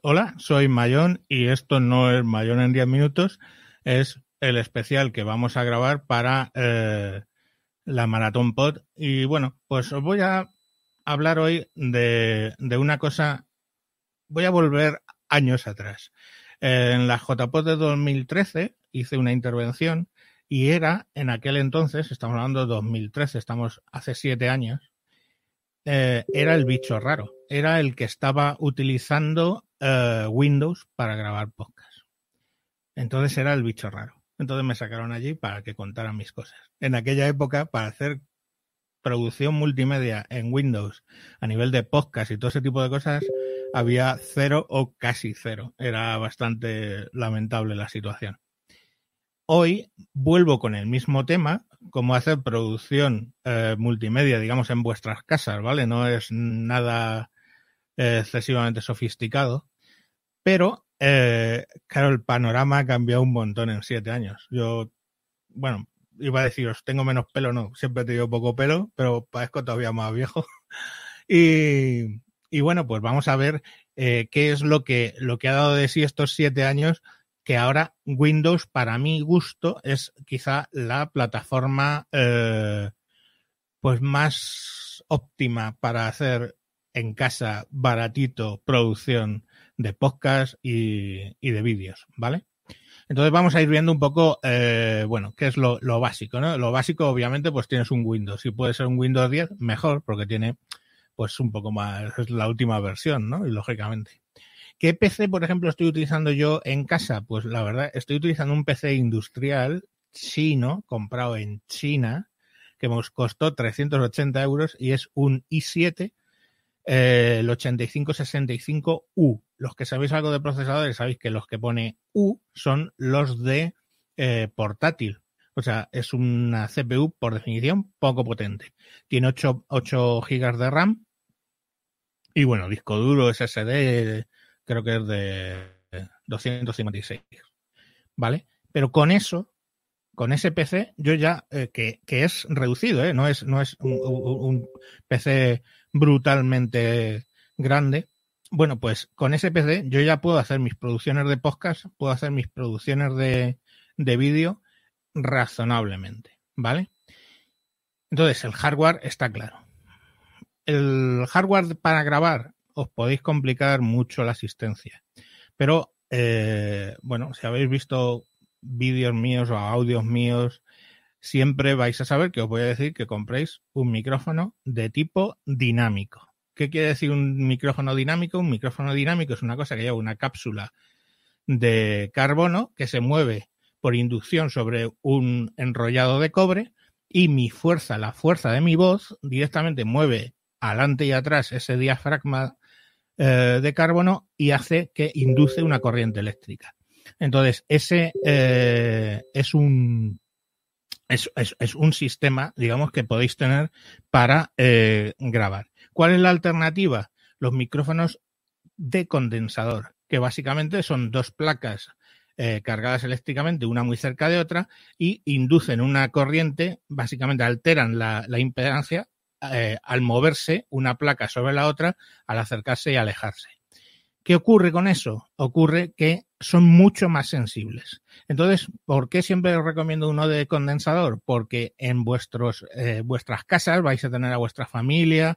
Hola, soy Mayón y esto no es Mayón en 10 minutos, es el especial que vamos a grabar para la Maratón Pod. Y bueno, pues os voy a hablar hoy de una cosa, voy a volver años atrás. En la JPod de 2013 hice una intervención y era en aquel entonces, estamos hablando de 2013, estamos hace 7 años, era el bicho raro. Era el que estaba utilizando Windows para grabar podcast. Entonces era el bicho raro. Entonces me sacaron allí para que contaran mis cosas. En aquella época, para hacer producción multimedia en Windows a nivel de podcast y todo ese tipo de cosas, había cero o casi cero. Era bastante lamentable la situación. Hoy vuelvo con el mismo tema, cómo hacer producción multimedia, digamos, en vuestras casas, ¿vale? No es nada excesivamente sofisticado, pero, claro, el panorama ha cambiado un montón en 7 años. Yo, bueno, iba a deciros, tengo menos pelo, no, siempre he tenido poco pelo, pero parezco todavía más viejo. y bueno, pues vamos a ver qué es lo que ha dado de sí estos 7 años, que ahora Windows, para mi gusto, es quizá la plataforma pues más óptima para hacer en casa, baratito, producción de podcast y de vídeos, ¿vale? Entonces vamos a ir viendo un poco, bueno, qué es lo básico, ¿no? Lo básico, obviamente, pues tienes un Windows. Si puede ser un Windows 10, mejor, porque tiene, pues, un poco más, es la última versión, ¿no? Y lógicamente. ¿Qué PC, por ejemplo, estoy utilizando yo en casa? Pues la verdad, estoy utilizando un PC industrial chino, comprado en China, que nos costó 380 euros y es un i7, el 8565U. Los que sabéis algo de procesadores sabéis que los que pone U son los de portátil. O sea, es una CPU, por definición, poco potente. Tiene 8 GB de RAM y, bueno, disco duro SSD, creo que es de 256, ¿vale? Pero con eso, con ese PC, yo ya, que es reducido, no es un PC brutalmente grande. Bueno, pues con ese PC yo ya puedo hacer mis producciones de podcast, puedo hacer mis producciones de vídeo razonablemente, ¿vale? Entonces, el hardware está claro. El hardware para grabar os podéis complicar mucho la asistencia, pero bueno, si habéis visto vídeos míos o audios míos, siempre vais a saber que os voy a decir que compréis un micrófono de tipo dinámico. ¿Qué quiere decir un micrófono dinámico? Un micrófono dinámico es una cosa que lleva una cápsula de carbono que se mueve por inducción sobre un enrollado de cobre y mi fuerza, la fuerza de mi voz, directamente mueve adelante y atrás ese diafragma de carbono y hace que induce una corriente eléctrica. Entonces, ese es un sistema, digamos, que podéis tener para grabar. ¿Cuál es la alternativa? Los micrófonos de condensador, que básicamente son dos placas cargadas eléctricamente, una muy cerca de otra, y inducen una corriente, básicamente alteran la impedancia al moverse una placa sobre la otra, al acercarse y alejarse. ¿Qué ocurre con eso? Ocurre que son mucho más sensibles. Entonces, ¿por qué siempre os recomiendo uno de condensador? Porque en vuestras casas vais a tener a vuestra familia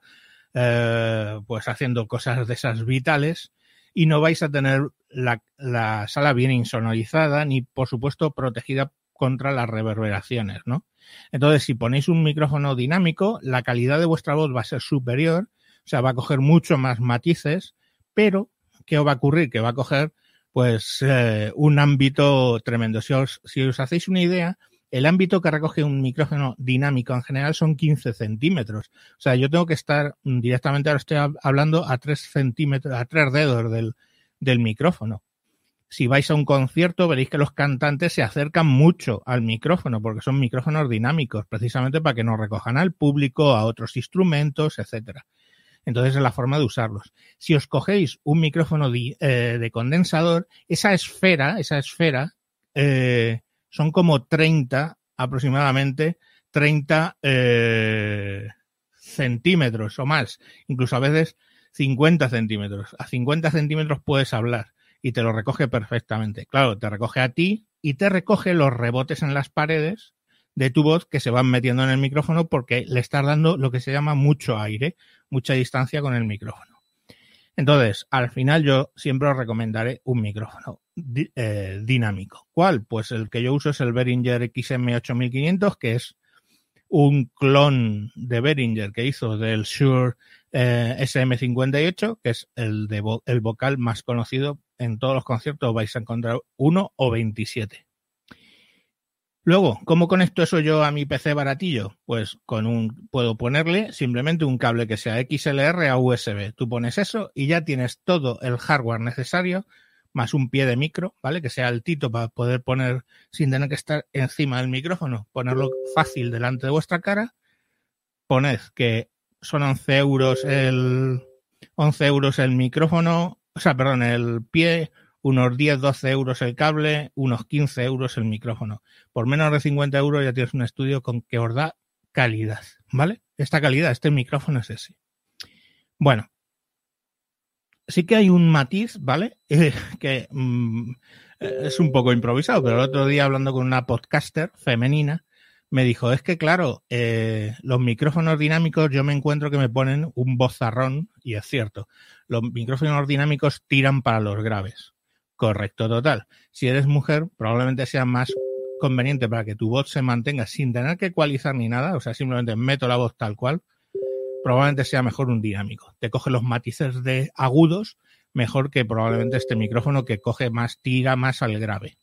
pues haciendo cosas de esas vitales y no vais a tener la sala bien insonorizada ni, por supuesto, protegida contra las reverberaciones, ¿no? Entonces, si ponéis un micrófono dinámico, la calidad de vuestra voz va a ser superior, o sea, va a coger mucho más matices, pero ¿qué os va a ocurrir? Que va a coger pues un ámbito tremendo. Si os hacéis una idea, el ámbito que recoge un micrófono dinámico en general son 15 centímetros. O sea, yo tengo que estar directamente, ahora estoy hablando a 3 centímetros, a 3 dedos del micrófono. Si vais a un concierto, veréis que los cantantes se acercan mucho al micrófono, porque son micrófonos dinámicos, precisamente para que no recojan al público, a otros instrumentos, etcétera. Entonces es la forma de usarlos. Si os cogéis un micrófono de condensador, esa esfera son como 30 aproximadamente, 30 centímetros o más. Incluso a veces 50 centímetros. A 50 centímetros puedes hablar y te lo recoge perfectamente. Claro, te recoge a ti y te recoge los rebotes en las paredes de tu voz que se van metiendo en el micrófono porque le estás dando lo que se llama mucho aire, mucha distancia con el micrófono. Entonces, al final yo siempre os recomendaré un micrófono dinámico. ¿Cuál? Pues el que yo uso es el Behringer XM8500, que es un clon de Behringer que hizo del Shure SM58, que es el vocal más conocido. En todos los conciertos vais a encontrar uno o 27. Luego, ¿cómo conecto eso yo a mi PC baratillo? Pues puedo ponerle simplemente un cable que sea XLR a USB. Tú pones eso y ya tienes todo el hardware necesario, más un pie de micro, ¿vale? Que sea altito para poder poner, sin tener que estar encima del micrófono, ponerlo fácil delante de vuestra cara. Poned que son 11 euros el micrófono, el pie, unos 10, 12 euros el cable, unos 15 euros el micrófono. Por menos de 50 euros ya tienes un estudio con que os da calidad, ¿vale? Esta calidad, este micrófono es ese. Bueno, sí que hay un matiz, ¿vale? Que es un poco improvisado, pero el otro día hablando con una podcaster femenina, me dijo, es que claro, los micrófonos dinámicos yo me encuentro que me ponen un vozarrón, y es cierto, los micrófonos dinámicos tiran para los graves. Correcto, total. Si eres mujer, probablemente sea más conveniente para que tu voz se mantenga sin tener que ecualizar ni nada, o sea, simplemente meto la voz tal cual, probablemente sea mejor un dinámico. Te coge los matices de agudos mejor que probablemente este micrófono que tira más al grave.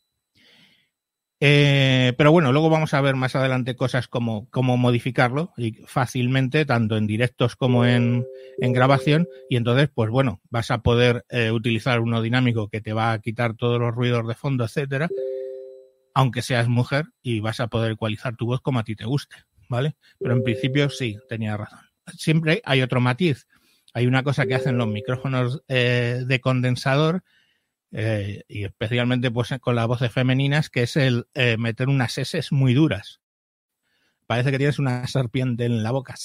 Pero bueno, luego vamos a ver más adelante cosas como modificarlo y fácilmente, tanto en directos como en grabación, y entonces, pues bueno, vas a poder utilizar uno dinámico que te va a quitar todos los ruidos de fondo, etcétera, aunque seas mujer, y vas a poder ecualizar tu voz como a ti te guste, ¿vale? Pero en principio sí, tenía razón. Siempre hay otro matiz. Hay una cosa que hacen los micrófonos de condensador, y especialmente pues con las voces femeninas, que es el meter unas S muy duras. Parece que tienes una serpiente en la boca.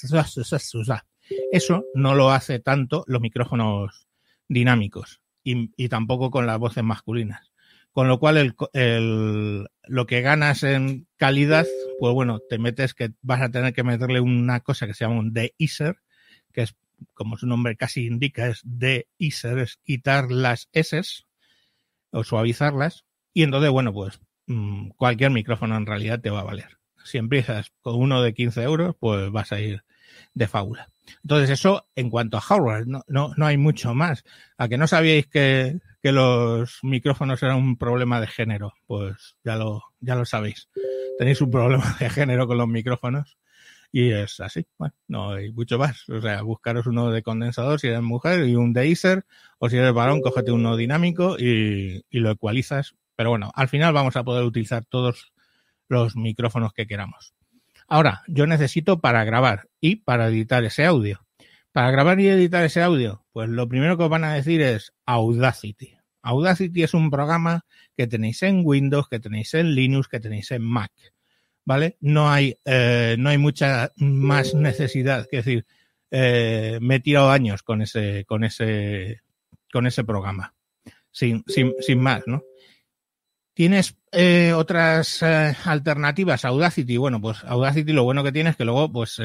Eso no lo hace tanto los micrófonos dinámicos y tampoco con las voces masculinas. Con lo cual lo que ganas en calidad, pues bueno, te metes que vas a tener que meterle una cosa que se llama un de-easer, que es, como su nombre casi indica, es de-easer, es quitar las S's o suavizarlas, y entonces, bueno, pues cualquier micrófono en realidad te va a valer. Si empiezas con uno de 15 euros, pues vas a ir de fábula. Entonces eso en cuanto a hardware, no hay mucho más. ¿A que no sabíais que los micrófonos eran un problema de género? Pues ya lo sabéis. Tenéis un problema de género con los micrófonos y es así. Bueno, no hay mucho más. O sea, buscaros uno de condensador si eres mujer y un de-easer, o si eres varón, cógete uno dinámico y lo ecualizas. Pero bueno, al final vamos a poder utilizar todos los micrófonos que queramos. Ahora, yo necesito para grabar y para editar ese audio. Para grabar y editar ese audio, pues lo primero que os van a decir es Audacity. Audacity es un programa que tenéis en Windows, que tenéis en Linux, que tenéis en Mac, ¿vale? No hay mucha más necesidad. Es decir, me he tirado años con ese programa, sin más, ¿no? ¿Tienes otras alternativas a Audacity? Bueno, pues Audacity lo bueno que tiene es que luego pues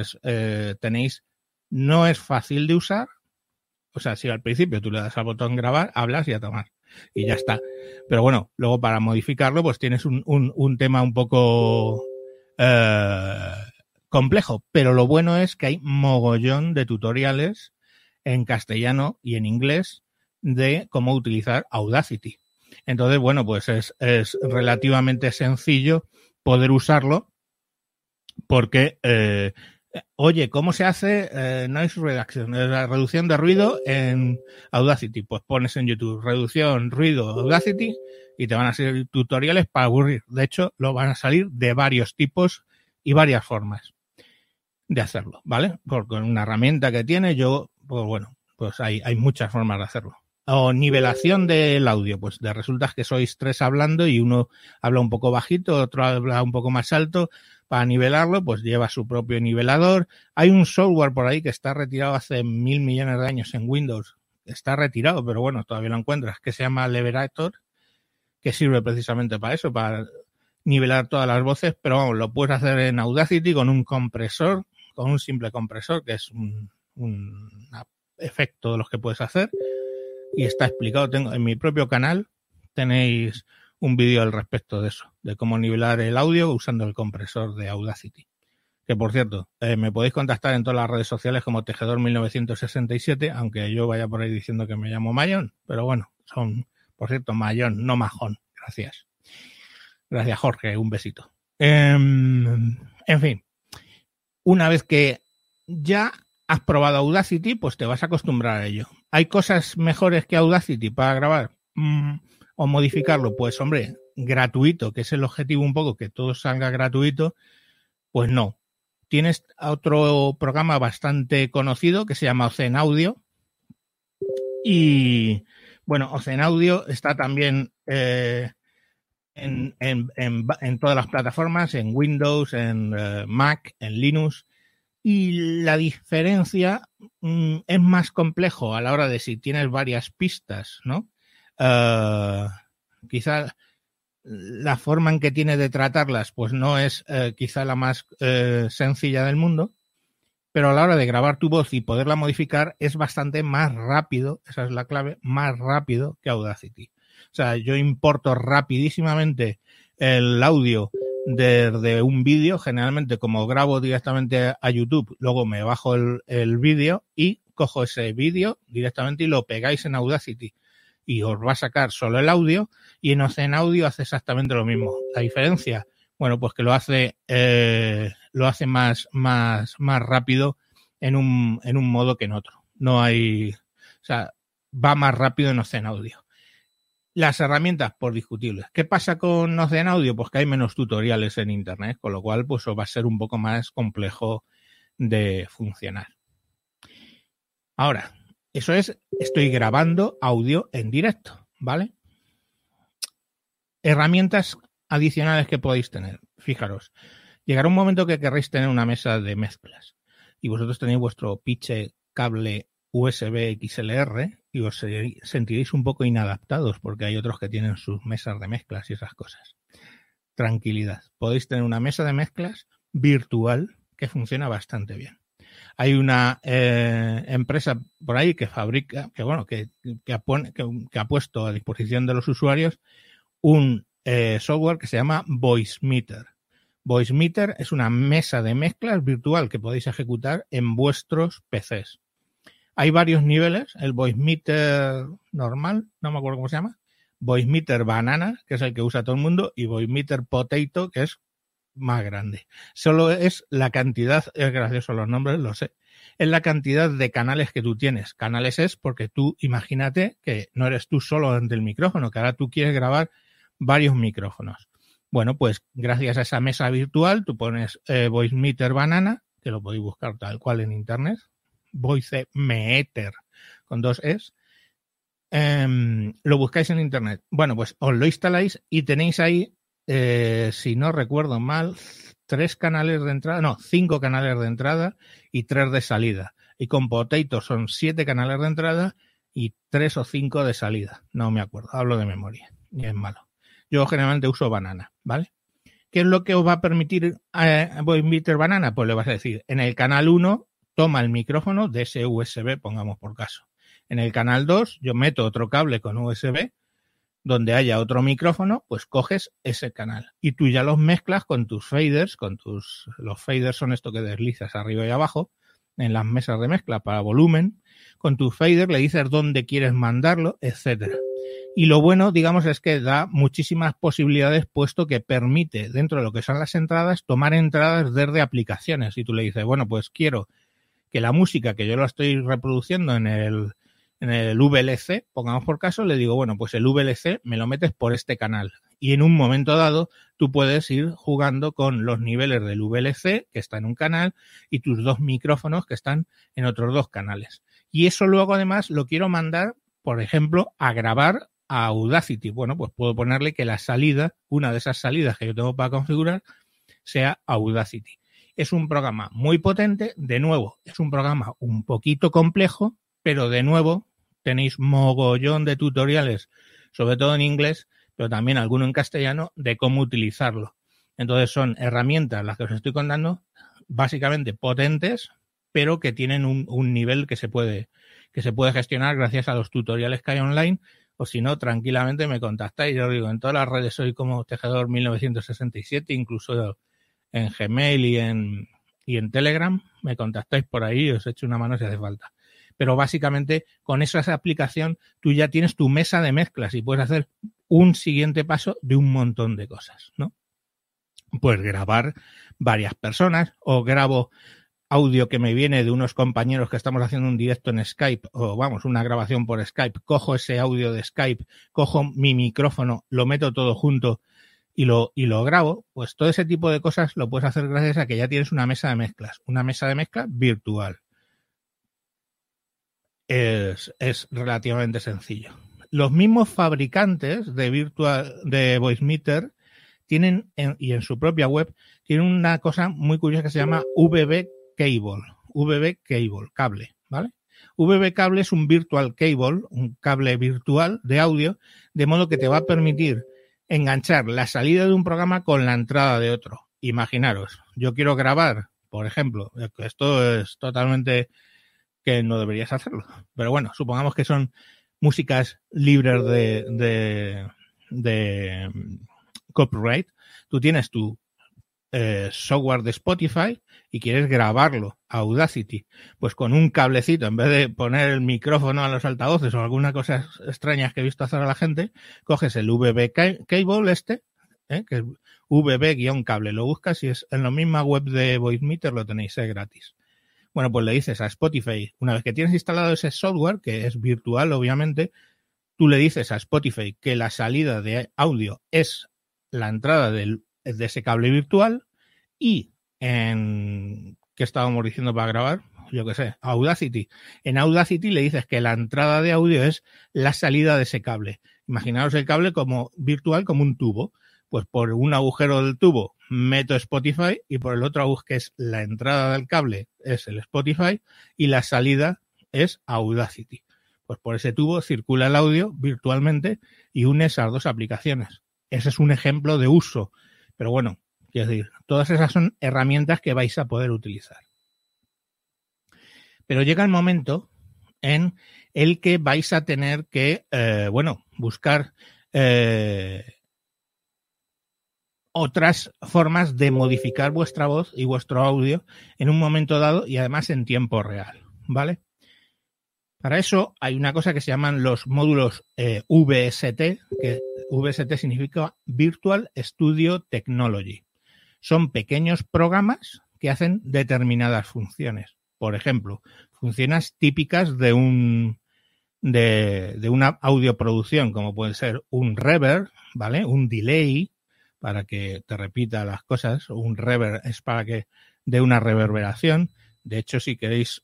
no es fácil de usar. O sea, si al principio tú le das al botón grabar, hablas y a tomar. Y ya está. Pero bueno, luego para modificarlo pues tienes un tema un poco complejo. Pero lo bueno es que hay mogollón de tutoriales en castellano y en inglés de cómo utilizar Audacity. Entonces, bueno, pues es relativamente sencillo poder usarlo porque, oye, ¿cómo se hace noise reduction? La reducción de ruido en Audacity. Pues pones en YouTube reducción, ruido, Audacity y te van a salir tutoriales para aburrir. De hecho, lo van a salir de varios tipos y varias formas de hacerlo, ¿vale? Porque con una herramienta que tiene pues bueno, pues hay muchas formas de hacerlo. O nivelación del audio, pues resulta que sois tres hablando y uno habla un poco bajito, otro habla un poco más alto, para nivelarlo, pues lleva su propio nivelador. Hay un software por ahí que está retirado hace 1.000 millones de años en Windows. Está retirado, pero bueno, todavía lo encuentras, que se llama Leverator, que sirve precisamente para eso, para nivelar todas las voces, pero vamos, lo puedes hacer en Audacity con un compresor, con un simple compresor, que es un efecto de los que puedes hacer, y está explicado. Tengo en mi propio canal, tenéis un vídeo al respecto de eso, de cómo nivelar el audio usando el compresor de Audacity. Que por cierto, me podéis contactar en todas las redes sociales como Tejedor1967, aunque yo vaya por ahí diciendo que me llamo Mayón, pero bueno, son, por cierto, Mayón, no Majón. Gracias. Gracias, Jorge, un besito. En fin, una vez que ya has probado Audacity, pues te vas a acostumbrar a ello. ¿Hay cosas mejores que Audacity para grabar o modificarlo? Pues hombre, gratuito, que es el objetivo un poco, que todo salga gratuito, pues no. Tienes otro programa bastante conocido que se llama Ozen Audio. Y bueno, Ozen Audio está también en todas las plataformas, en Windows, en Mac, en Linux. Y la diferencia es más complejo a la hora de si tienes varias pistas, ¿no? Quizá la forma en que tiene de tratarlas pues no es quizá la más sencilla del mundo, pero a la hora de grabar tu voz y poderla modificar es bastante más rápido, esa es la clave, más rápido que Audacity. O sea, yo importo rapidísimamente el audio de un vídeo, generalmente como grabo directamente a YouTube, luego me bajo el vídeo y cojo ese vídeo directamente y lo pegáis en Audacity y os va a sacar solo el audio, y en Ozen Audio hace exactamente lo mismo. La diferencia, bueno, pues que lo hace más rápido en un modo que en otro. No hay, o sea, va más rápido en Ozen Audio. Las herramientas, por discutibles. ¿Qué pasa con Ozen Audio? Pues que hay menos tutoriales en internet, con lo cual pues va a ser un poco más complejo de funcionar. Ahora, eso es, estoy grabando audio en directo, ¿vale? Herramientas adicionales que podéis tener. Fijaros, llegará un momento que querréis tener una mesa de mezclas y vosotros tenéis vuestro pinche cable USB XLR y os sentiréis un poco inadaptados porque hay otros que tienen sus mesas de mezclas y esas cosas. Tranquilidad. Podéis tener una mesa de mezclas virtual que funciona bastante bien. Hay una empresa por ahí que fabrica, que ha puesto a disposición de los usuarios un software que se llama Voicemeeter. Voicemeeter es una mesa de mezclas virtual que podéis ejecutar en vuestros PCs. Hay varios niveles, el Voicemeeter normal, no me acuerdo cómo se llama, Voicemeeter Banana, que es el que usa todo el mundo, y Voicemeeter Potato, que es más grande. Solo es la cantidad, es gracioso los nombres, lo sé, es la cantidad de canales que tú tienes. Canales es porque tú, imagínate que no eres tú solo ante el micrófono, que ahora tú quieres grabar varios micrófonos. Bueno, pues gracias a esa mesa virtual tú pones Voicemeeter Banana, que lo podéis buscar tal cual en internet, Voicemeeter con 2 Es, lo buscáis en internet. Bueno, pues os lo instaláis y tenéis ahí, si no recuerdo mal, 5 canales de entrada y 3 de salida. Y con Potato son 7 canales de entrada y 3 o 5 de salida. No me acuerdo, hablo de memoria y es malo. Yo generalmente uso Banana, ¿vale? ¿Qué es lo que os va a permitir Voicemeeter Banana? Pues le vas a decir, en el canal 1 toma el micrófono de ese USB, pongamos por caso. En el canal 2 yo meto otro cable con USB, donde haya otro micrófono, pues coges ese canal y tú ya los mezclas con tus faders, los faders son esto que deslizas arriba y abajo en las mesas de mezcla para volumen. Con tus faders le dices dónde quieres mandarlo, etcétera. Y lo bueno, digamos, es que da muchísimas posibilidades, puesto que permite, dentro de lo que son las entradas, tomar entradas desde aplicaciones. Y tú le dices, bueno, pues quiero que la música que yo la estoy reproduciendo en el VLC, pongamos por caso, le digo, bueno, pues el VLC me lo metes por este canal. Y en un momento dado, tú puedes ir jugando con los niveles del VLC, que está en un canal, y tus 2 micrófonos, que están en otros 2 canales. Y eso luego, además, lo quiero mandar, por ejemplo, a grabar a Audacity. Bueno, pues puedo ponerle que la salida, una de esas salidas que yo tengo para configurar, sea Audacity. Es un programa muy potente, de nuevo, es un programa un poquito complejo, pero de nuevo tenéis mogollón de tutoriales, sobre todo en inglés, pero también alguno en castellano, de cómo utilizarlo. Entonces son herramientas, las que os estoy contando, básicamente potentes, pero que tienen un nivel que se puede gestionar gracias a los tutoriales que hay online, o si no, tranquilamente me contactáis. Yo os digo, en todas las redes soy como Tejedor 1967, incluso en Gmail y en Telegram, me contactáis por ahí y os echo una mano si hace falta. Pero básicamente con esa aplicación tú ya tienes tu mesa de mezclas y puedes hacer un siguiente paso de un montón de cosas, ¿no? Pues grabar varias personas, o grabo audio que me viene de unos compañeros que estamos haciendo un directo en Skype, o vamos, una grabación por Skype, cojo ese audio de Skype, cojo mi micrófono, lo meto todo junto y lo grabo. Pues todo ese tipo de cosas lo puedes hacer gracias a que ya tienes una mesa de mezclas virtual. Es relativamente sencillo. Los mismos fabricantes de Voicemeeter tienen, y en su propia web, tienen una cosa muy curiosa que se llama VB Cable, ¿vale? VB Cable es un virtual cable, un cable virtual de audio, de modo que te va a permitir enganchar la salida de un programa con la entrada de otro. Imaginaros, yo quiero grabar, por ejemplo, esto es totalmente que no deberías hacerlo, pero bueno, supongamos que son músicas libres de copyright. Tú tienes tu software de Spotify y quieres grabarlo a Audacity, pues con un cablecito, en vez de poner el micrófono a los altavoces o alguna cosa extrañas que he visto hacer a la gente, coges el VB Cable que es VB-cable, lo buscas y es en la misma web de Voicemeeter, lo tenéis, es gratis. Bueno, pues le dices a Spotify, una vez que tienes instalado ese software, que es virtual obviamente, tú le dices a Spotify que la salida de audio es la entrada de ese cable virtual, y ¿qué estábamos diciendo para grabar? Yo qué sé, Audacity. En Audacity le dices que la entrada de audio es la salida de ese cable. Imaginaos el cable como virtual, como un tubo. Pues por un agujero del tubo meto Spotify y por el otro agujero, que es la entrada del cable, es el Spotify y la salida es Audacity. Pues por ese tubo circula el audio virtualmente y une esas dos aplicaciones. Ese es un ejemplo de uso. Pero bueno, quiero decir, todas esas son herramientas que vais a poder utilizar. Pero llega el momento en el que vais a tener que, buscar otras formas de modificar vuestra voz y vuestro audio en un momento dado y además en tiempo real, ¿vale? Para eso hay una cosa que se llaman los módulos VST, que VST significa Virtual Studio Technology. Son pequeños programas que hacen determinadas funciones. Por ejemplo, funciones típicas de una audioproducción, como puede ser un reverb, ¿vale? Un delay, para que te repita las cosas. Un reverb es para que dé una reverberación. De hecho, si queréis,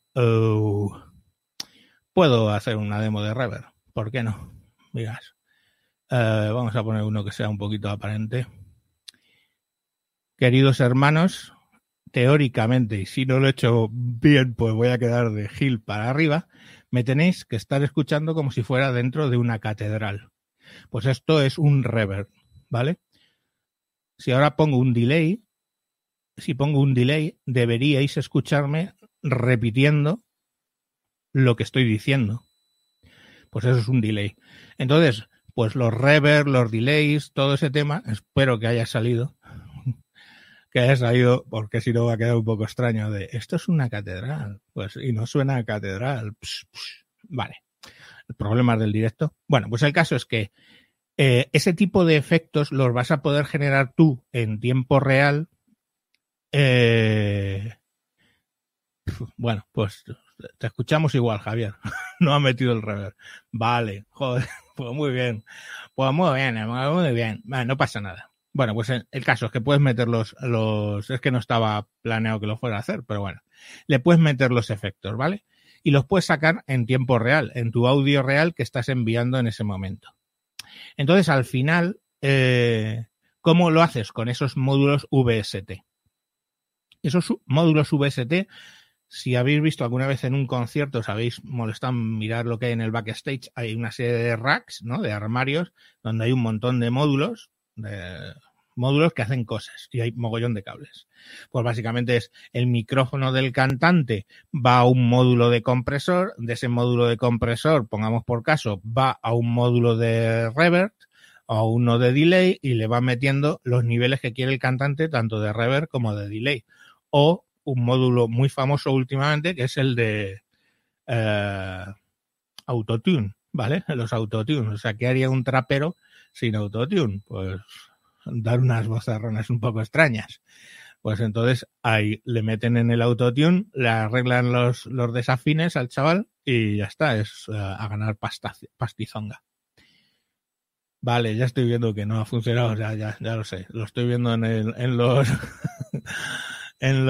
puedo hacer una demo de reverb. ¿Por qué no? Miras. Vamos a poner uno que sea un poquito aparente. Queridos hermanos, teóricamente, y si no lo he hecho bien, pues voy a quedar de Gil para arriba, me tenéis que estar escuchando como si fuera dentro de una catedral. Pues esto es un reverb, ¿vale? Si ahora pongo un delay, deberíais escucharme repitiendo lo que estoy diciendo. Pues eso es un delay. Entonces, pues los reverb, los delays, todo ese tema, espero que haya salido. Porque si no va a quedar un poco extraño de esto es una catedral, pues, y no suena a catedral. Vale. El problema del directo. Bueno, pues el caso es que ese tipo de efectos los vas a poder generar tú en tiempo real. Bueno, pues te escuchamos igual, Javier. No ha metido el reverb. Vale, joder, pues muy bien. Pues muy bien. Vale, no pasa nada. Bueno, pues el caso es que puedes meter es que no estaba planeado que lo fuera a hacer, pero bueno, le puedes meter los efectos, ¿vale? Y los puedes sacar en tiempo real, en tu audio real que estás enviando en ese momento. Entonces, al final, ¿cómo lo haces con esos módulos VST? Esos módulos VST, si habéis visto alguna vez en un concierto, os habéis molestado en mirar lo que hay en el backstage, hay una serie de racks, ¿no? De armarios, donde hay un montón de módulos que hacen cosas y hay mogollón de cables. Pues básicamente es el micrófono del cantante va a un módulo de compresor, de ese módulo de compresor, pongamos por caso, va a un módulo de reverb o a uno de delay y le va metiendo los niveles que quiere el cantante, tanto de reverb como de delay. O un módulo muy famoso últimamente, que es el de autotune, ¿vale? Los autotune. O sea, ¿qué haría un trapero sin autotune? Pues dar unas vozarronas un poco extrañas. Pues entonces ahí le meten en el autotune, le arreglan los desafines al chaval y ya está, es a ganar pastizonga. Vale, ya estoy viendo que no ha funcionado, ya lo sé, lo estoy viendo en los en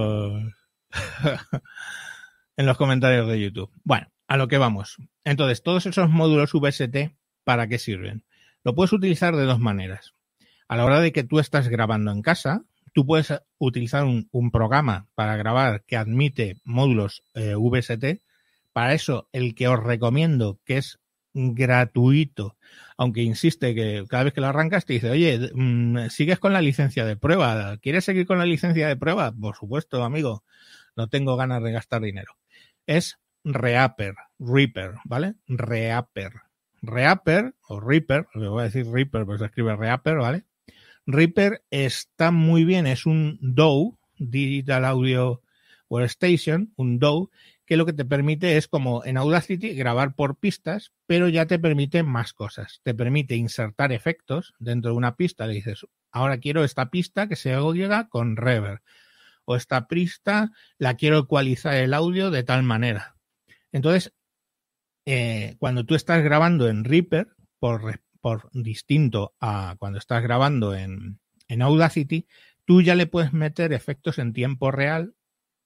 los comentarios de YouTube. Bueno, a lo que vamos. Entonces, todos esos módulos VST, ¿para qué sirven? Lo puedes utilizar de dos maneras. A la hora de que tú estás grabando en casa, tú puedes utilizar un programa para grabar que admite módulos VST. Para eso, el que os recomiendo, que es gratuito, aunque insiste que cada vez que lo arrancas te dice, oye, ¿sigues con la licencia de prueba? ¿Quieres seguir con la licencia de prueba? Por supuesto, amigo, no tengo ganas de gastar dinero. Es Reaper, ¿vale? Reaper o Reaper, le voy a decir Reaper, pero se escribe Reaper, ¿vale? Reaper está muy bien, es un DAW, Digital Audio Workstation, un DAW, que lo que te permite es, como en Audacity, grabar por pistas, pero ya te permite más cosas. Te permite insertar efectos dentro de una pista. Le dices, ahora quiero esta pista que se oiga con reverb. O esta pista la quiero ecualizar el audio de tal manera. Entonces, cuando tú estás grabando en Reaper, por distinto a cuando estás grabando en Audacity, tú ya le puedes meter efectos en tiempo real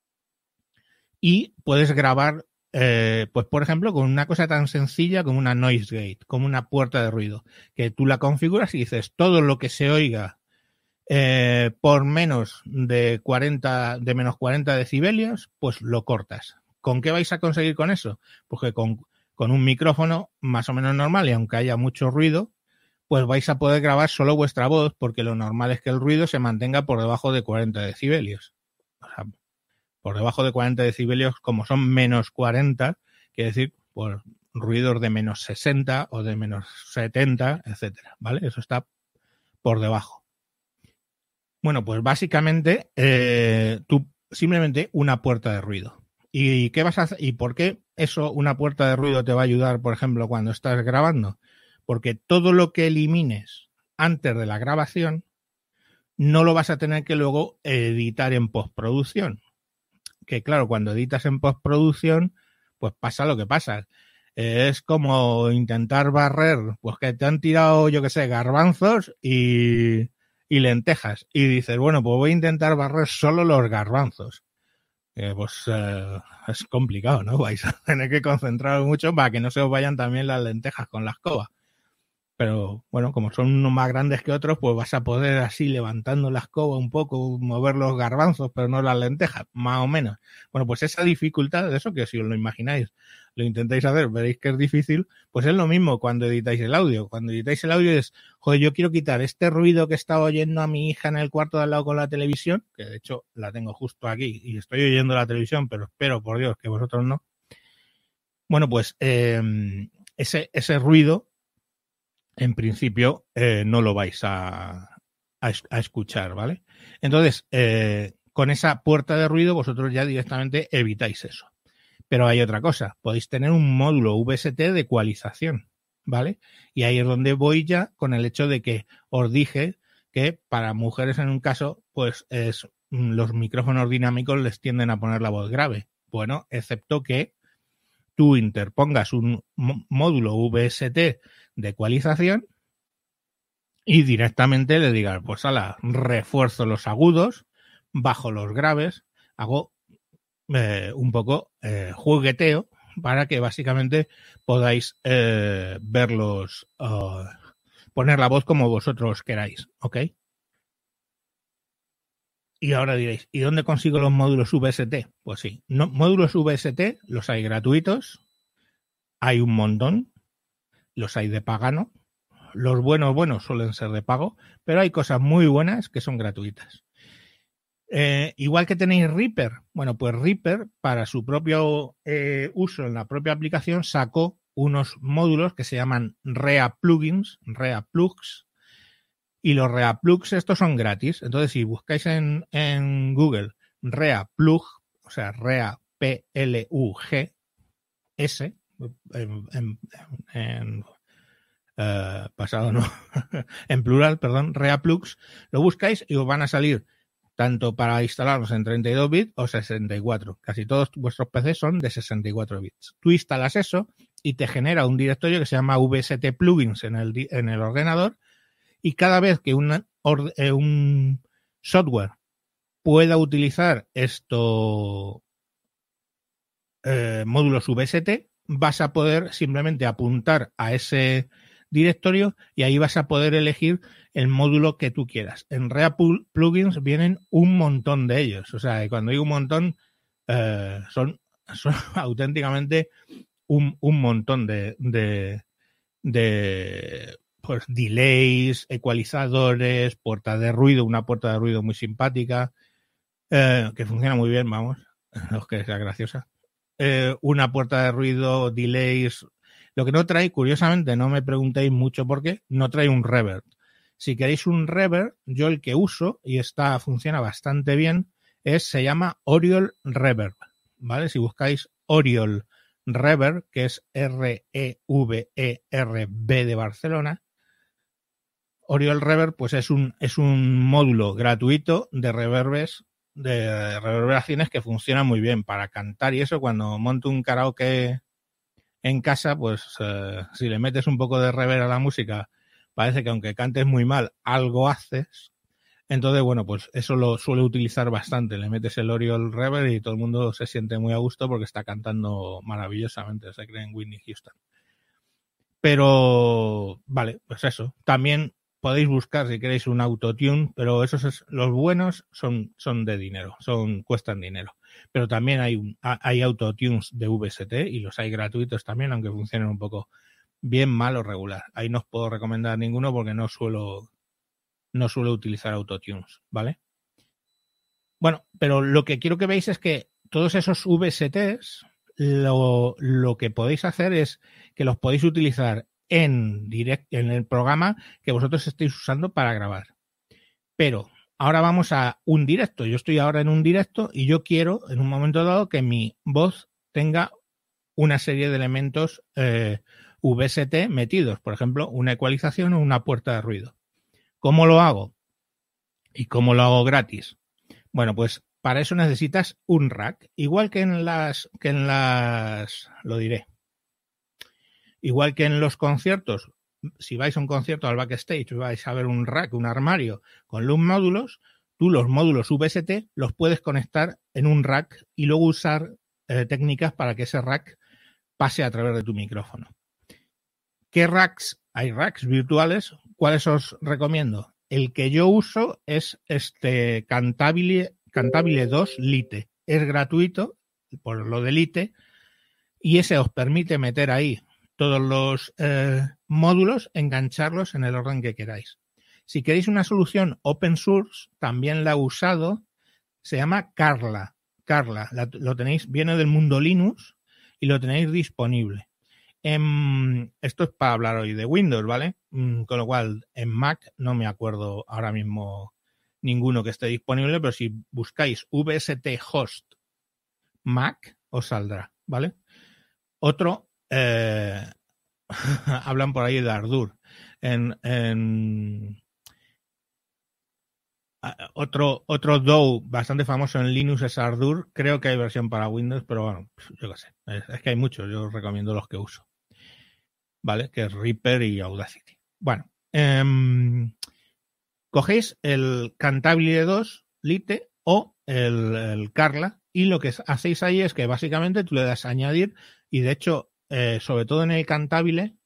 y puedes grabar, pues por ejemplo, con una cosa tan sencilla como una noise gate, como una puerta de ruido, que tú la configuras y dices todo lo que se oiga por menos de menos 40 decibelios, pues lo cortas. ¿Con qué vais a conseguir con eso? Pues que con un micrófono más o menos normal, y aunque haya mucho ruido, pues vais a poder grabar solo vuestra voz, porque lo normal es que el ruido se mantenga por debajo de 40 decibelios. O sea, por debajo de 40 decibelios, como son menos 40, quiere decir, pues ruidos de menos 60 o de menos 70, etcétera, ¿vale? Eso está por debajo. Bueno, pues básicamente tú simplemente una puerta de ruido. ¿Y qué vas a hacer? ¿Y por qué eso, una puerta de ruido, te va a ayudar, por ejemplo, cuando estás grabando? Porque todo lo que elimines antes de la grabación no lo vas a tener que luego editar en postproducción. Que claro, cuando editas en postproducción, pues pasa lo que pasa. Es como intentar barrer, pues que te han tirado, yo qué sé, garbanzos y lentejas. Y dices, bueno, pues voy a intentar barrer solo los garbanzos. Es complicado, ¿no? Vais a tener que concentraros mucho para que no se os vayan también las lentejas con la escoba. Pero bueno, como son unos más grandes que otros, pues vas a poder así levantando la escoba un poco, mover los garbanzos, pero no las lentejas, más o menos. Bueno, pues esa dificultad de eso, que si os lo imagináis, lo intentáis hacer, veréis que es difícil, pues es lo mismo cuando editáis el audio. Cuando editáis el audio es, joder, yo quiero quitar este ruido que estaba oyendo a mi hija en el cuarto de al lado con la televisión, que de hecho la tengo justo aquí y estoy oyendo la televisión, pero espero, por Dios, que vosotros no. Bueno, pues ese ruido, en principio, no lo vais a escuchar, ¿vale? Entonces, con esa puerta de ruido, vosotros ya directamente evitáis eso. Pero hay otra cosa, podéis tener un módulo VST de ecualización, ¿vale? Y ahí es donde voy ya con el hecho de que os dije que para mujeres en un caso, pues los micrófonos dinámicos les tienden a poner la voz grave. Bueno, excepto que tú interpongas un módulo VST de ecualización y directamente le digas, pues refuerzo los agudos, bajo los graves, hago un poco jugueteo para que básicamente podáis verlos, poner la voz como vosotros queráis, ¿ok? Y ahora diréis, ¿y dónde consigo los módulos VST? Pues sí, no, módulos VST los hay gratuitos, hay un montón, los hay de pagano. Los buenos suelen ser de pago, pero hay cosas muy buenas que son gratuitas. Igual que tenéis Reaper, bueno, pues Reaper para su propio uso en la propia aplicación sacó unos módulos que se llaman Rea Plugins, Rea Plugs, y los Rea Plugs estos son gratis. Entonces, si buscáis en Google Rea Plug, o sea, Rea P-L-U-G-S, en pasado no, en plural, perdón, Rea Plugs, lo buscáis y os van a salir tanto para instalarlos en 32 bits o 64. Casi todos vuestros PCs son de 64 bits. Tú instalas eso y te genera un directorio que se llama VST Plugins en el ordenador, y cada vez que un software pueda utilizar estos módulos VST, vas a poder simplemente apuntar a ese directorio y ahí vas a poder elegir el módulo que tú quieras. En Rea Plugins vienen un montón de ellos. O sea, cuando digo un montón, son auténticamente un montón de pues, delays, ecualizadores, puerta de ruido, una puerta de ruido muy simpática, que funciona muy bien, vamos, no es que sea graciosa. Una puerta de ruido, delays. Lo que no trae, curiosamente, no me preguntéis mucho por qué, no trae un reverb. Si queréis un reverb, yo el que uso, y funciona bastante bien, se llama Oriol Reverb, ¿vale? Si buscáis Oriol Reverb, que es R-E-V-E-R-B de Barcelona, Oriol Reverb pues es un módulo gratuito de reverbes, de reverberaciones que funcionan muy bien para cantar y eso. Cuando monto un karaoke en casa, pues si le metes un poco de reverb a la música, parece que aunque cantes muy mal, algo haces. Entonces, bueno, pues eso lo suelo utilizar bastante. Le metes el Oriol Reverb y todo el mundo se siente muy a gusto porque está cantando maravillosamente, se cree en Whitney Houston. Pero, vale, pues eso. También podéis buscar si queréis un autotune, pero los buenos son de dinero, cuestan dinero. Pero también hay autotunes de VST y los hay gratuitos también, aunque funcionen un poco bien, mal o regular. Ahí no os puedo recomendar ninguno porque no suelo utilizar autotunes, ¿vale? Bueno, pero lo que quiero que veáis es que todos esos VSTs, lo que podéis hacer es que los podéis utilizar en el programa que vosotros estéis usando para grabar. Pero ahora vamos a un directo. Yo estoy ahora en un directo y yo quiero, en un momento dado, que mi voz tenga una serie de elementos VST metidos. Por ejemplo, una ecualización o una puerta de ruido. ¿Cómo lo hago? ¿Y cómo lo hago gratis? Bueno, pues para eso necesitas un rack. Igual que en las, lo diré. Igual que en los conciertos, si vais a un concierto al backstage, vais a ver un rack, un armario con los módulos, tú los módulos VST los puedes conectar en un rack y luego usar técnicas para que ese rack pase a través de tu micrófono. ¿Qué racks? Hay racks virtuales. ¿Cuáles os recomiendo? El que yo uso es este Cantabile 2 Lite. Es gratuito, por lo de Lite, y ese os permite meter ahí todos los módulos, engancharlos en el orden que queráis. Si queréis una solución open source, también la he usado, se llama Carla. Carla, lo tenéis, viene del mundo Linux y lo tenéis disponible. Esto es para hablar hoy de Windows, ¿vale? Con lo cual, en Mac no me acuerdo ahora mismo ninguno que esté disponible, pero si buscáis VST Host Mac, os saldrá, ¿vale? Otro, hablan por ahí de Ardour. Otro DAW bastante famoso en Linux es Ardour. Creo que hay versión para Windows, pero bueno, yo qué sé. Es que hay muchos, yo os recomiendo los que uso. ¿Vale? Que es Reaper y Audacity. Bueno, cogéis el Cantabile 2 Lite o el Carla y lo que hacéis ahí es que básicamente tú le das a añadir y de hecho, sobre todo en el Cantabile,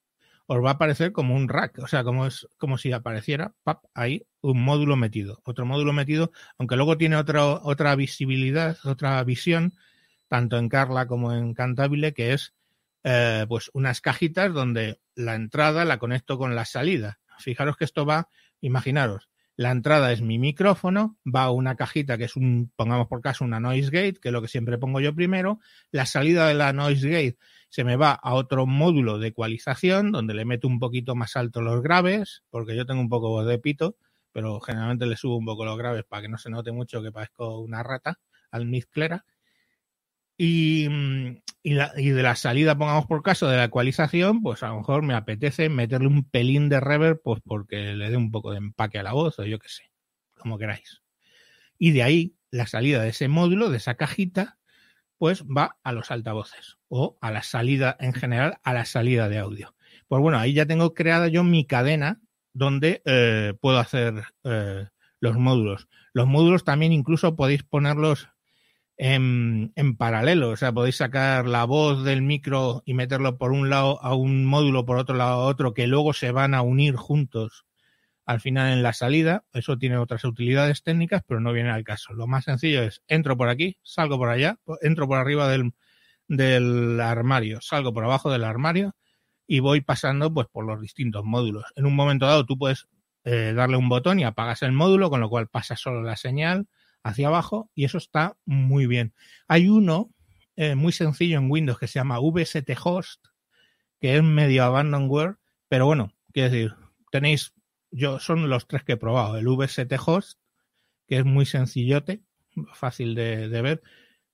os va a aparecer como un rack, o sea, como si apareciera ahí un módulo metido, otro módulo metido, aunque luego tiene otra visibilidad, otra visión, tanto en Carla como en Cantabile, que es pues unas cajitas donde la entrada la conecto con la salida. Fijaros que esto va, imaginaros, la entrada es mi micrófono, va a una cajita que es pongamos por caso, una noise gate, que es lo que siempre pongo yo primero. La salida de la noise gate se me va a otro módulo de ecualización, donde le meto un poquito más alto los graves, porque yo tengo un poco voz de pito, pero generalmente le subo un poco los graves para que no se note mucho que parezco una rata al mezclera. Y de la salida, pongamos por caso, de la ecualización, pues a lo mejor me apetece meterle un pelín de reverb, pues porque le dé un poco de empaque a la voz, o yo qué sé, como queráis. Y de ahí, la salida de ese módulo, de esa cajita, pues va a los altavoces, o a la salida en general, a la salida de audio. Pues bueno, ahí ya tengo creada yo mi cadena donde puedo hacer los módulos. Los módulos también incluso podéis ponerlos en paralelo, o sea, podéis sacar la voz del micro y meterlo por un lado a un módulo, por otro lado a otro, que luego se van a unir juntos al final en la salida. Eso tiene otras utilidades técnicas, pero no viene al caso. Lo más sencillo es, entro por aquí, salgo por allá, entro por arriba del armario, salgo por abajo del armario y voy pasando pues por los distintos módulos. En un momento dado tú puedes darle un botón y apagas el módulo, con lo cual pasa solo la señal hacia abajo, y eso está muy bien. Hay uno muy sencillo en Windows que se llama VST Host, que es medio abandonware, pero bueno, quiero decir, son los tres que he probado. El VST Host, que es muy sencillote, fácil de ver.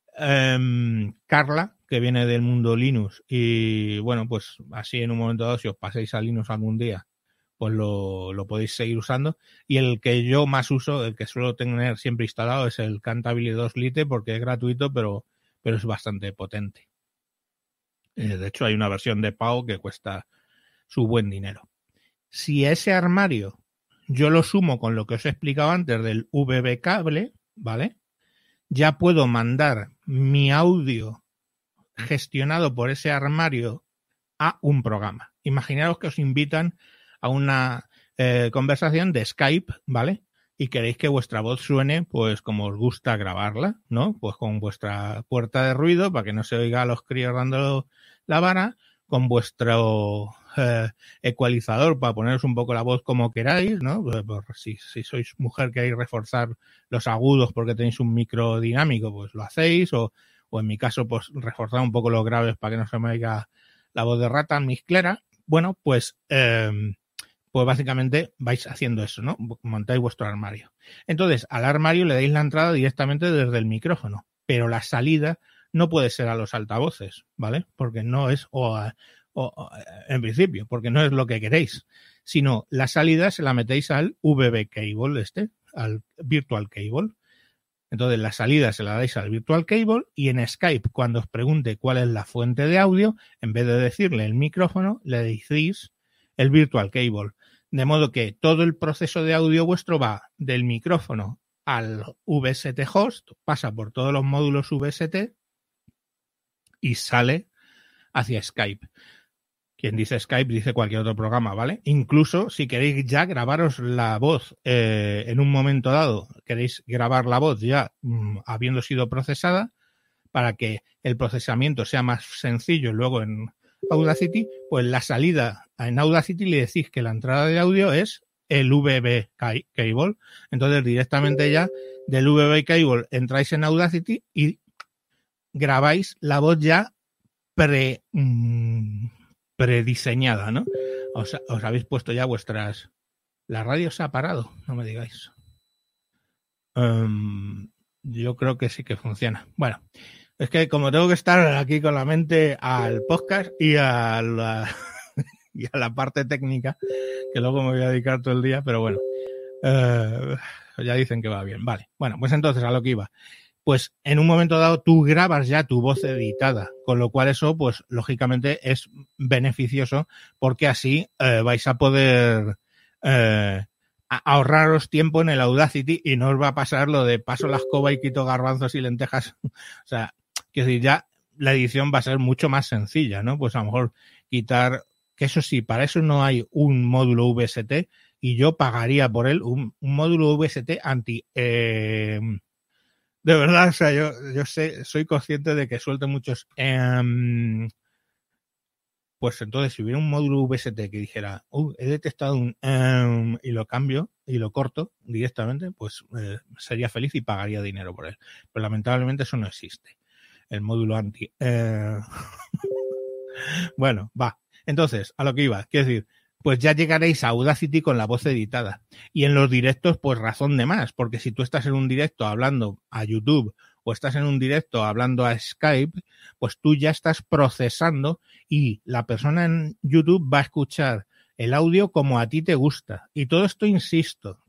Carla, que viene del mundo Linux, y bueno, pues así en un momento dado, si os pasáis a Linux algún día, pues lo podéis seguir usando. Y el que yo más uso, el que suelo tener siempre instalado, es el Cantabile 2 Lite, porque es gratuito, pero es bastante potente. De hecho, hay una versión de pago que cuesta su buen dinero. Si ese armario yo lo sumo con lo que os he explicado antes del VB cable, ¿vale? Ya puedo mandar mi audio gestionado por ese armario a un programa. Imaginaos que os invitan a una conversación de Skype, ¿vale? Y queréis que vuestra voz suene, pues, como os gusta grabarla, ¿no? Pues con vuestra puerta de ruido, para que no se oiga a los críos dando la vara, con vuestro ecualizador para poneros un poco la voz como queráis, ¿no? Pues si sois mujer queréis reforzar los agudos porque tenéis un micro dinámico, pues lo hacéis, o en mi caso, pues reforzar un poco los graves para que no se me oiga la voz de rata mezclera. Bueno, pues básicamente vais haciendo eso, ¿no? Montáis vuestro armario. Entonces, al armario le dais la entrada directamente desde el micrófono, pero la salida no puede ser a los altavoces, ¿vale? Porque no es, en principio, porque no es lo que queréis, sino la salida se la metéis al VB Cable al Virtual Cable. Entonces, la salida se la dais al Virtual Cable, y en Skype, cuando os pregunte cuál es la fuente de audio, en vez de decirle el micrófono, le decís el Virtual Cable. De modo que todo el proceso de audio vuestro va del micrófono al VST Host, pasa por todos los módulos VST y sale hacia Skype. Quien dice Skype dice cualquier otro programa, ¿vale? Incluso si queréis ya grabaros la voz en un momento dado, queréis grabar la voz ya habiendo sido procesada, para que el procesamiento sea más sencillo luego en Audacity, pues la salida en Audacity le decís que la entrada de audio es el VB Cable. Entonces directamente ya del VB Cable entráis en Audacity y grabáis la voz ya prediseñada, ¿no? Os habéis puesto ya vuestras... La radio se ha parado, no me digáis. Yo creo que sí que funciona. Bueno, es que como tengo que estar aquí con la mente al podcast y a la parte técnica, que luego me voy a dedicar todo el día, pero bueno, ya dicen que va bien. Vale, bueno, pues entonces a lo que iba. Pues en un momento dado tú grabas ya tu voz editada, con lo cual eso, pues lógicamente es beneficioso, porque así vais a poder ahorraros tiempo en el Audacity y no os va a pasar lo de paso la escoba y quito garbanzos y lentejas. O sea, quiero decir, ya la edición va a ser mucho más sencilla, ¿no? Pues a lo mejor quitar que eso sí, para eso no hay un módulo VST y yo pagaría por él un módulo VST anti... de verdad, o sea, yo sé, soy consciente de que suelte muchos... pues entonces, si hubiera un módulo VST que dijera, he detectado un y lo cambio y lo corto directamente, pues sería feliz y pagaría dinero por él. Pero lamentablemente eso no existe. El módulo anti. Bueno, va. Entonces, a lo que iba, quiero decir, pues ya llegaréis a Audacity con la voz editada. Y en los directos, pues razón de más, porque si tú estás en un directo hablando a YouTube o estás en un directo hablando a Skype, pues tú ya estás procesando y la persona en YouTube va a escuchar el audio como a ti te gusta. Y todo esto insisto,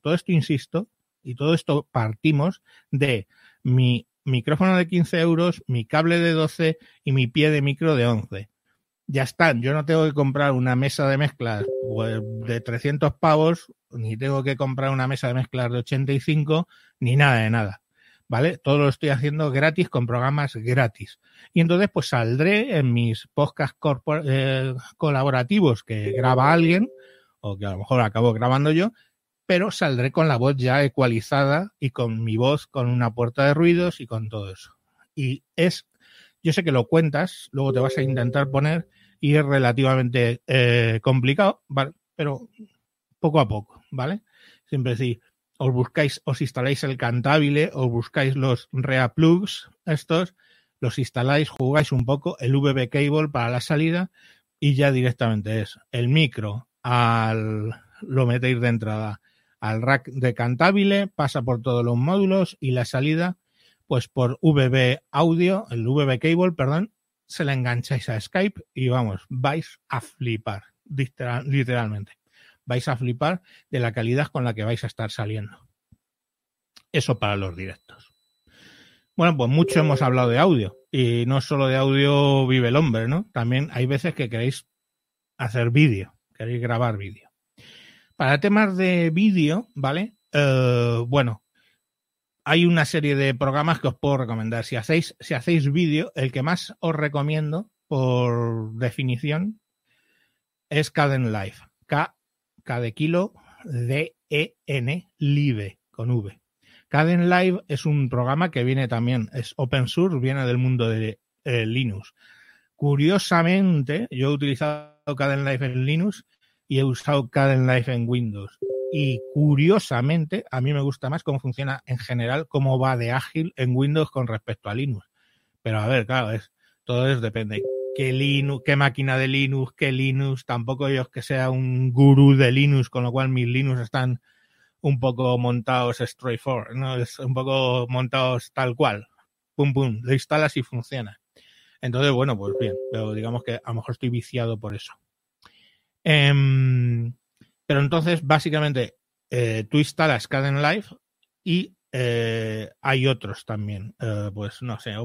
y todo esto partimos de mi micrófono de 15 euros, mi cable de 12 y mi pie de micro de 11. Ya están, yo no tengo que comprar una mesa de mezclas de 300 pavos, ni tengo que comprar una mesa de mezclas de 85, ni nada de nada, ¿vale? Todo lo estoy haciendo gratis con programas gratis. Y entonces pues saldré en mis podcasts colaborativos que graba alguien, o que a lo mejor acabo grabando yo, pero saldré con la voz ya ecualizada y con mi voz con una puerta de ruidos y con todo eso. Y yo sé que lo cuentas, luego te vas a intentar poner y es relativamente complicado, ¿vale? Pero poco a poco, ¿vale? Siempre decir, os instaláis el Cantabile, os buscáis los Rea Plugs estos, los instaláis, jugáis un poco, el VB Cable para la salida y ya directamente es el micro, lo metéis de entrada al rack de Cantabile, pasa por todos los módulos y la salida pues por VB Audio, el VB Cable, perdón, se la engancháis a Skype y vamos, vais a flipar, literalmente. Vais a flipar de la calidad con la que vais a estar saliendo. Eso para los directos. Bueno, pues mucho hemos hablado de audio y no solo de audio vive el hombre, ¿no? También hay veces que queréis hacer vídeo, queréis grabar vídeo. Para temas de vídeo, ¿vale? Bueno, hay una serie de programas que os puedo recomendar. Si hacéis vídeo, el que más os recomiendo, por definición, es Kdenlive. K de kilo, D-E-N, Live, con V. Kdenlive es un programa que viene también, es open source, viene del mundo de Linux. Curiosamente, yo he utilizado Kdenlive en Linux y he usado Kdenlive en Windows. Y curiosamente, a mí me gusta más cómo funciona en general, cómo va de ágil en Windows con respecto a Linux. Pero a ver, claro, todo depende. ¿Qué máquina de Linux? ¿Qué Linux? Tampoco yo es que sea un gurú de Linux, con lo cual mis Linux están un poco montados straightforward, ¿no? Es un poco montados tal cual. Pum, pum, lo instalas y funciona. Entonces, bueno, pues bien, pero digamos que a lo mejor estoy viciado por eso. Pero entonces, básicamente, tú instalas Kdenlive y hay otros también. Pues no sé,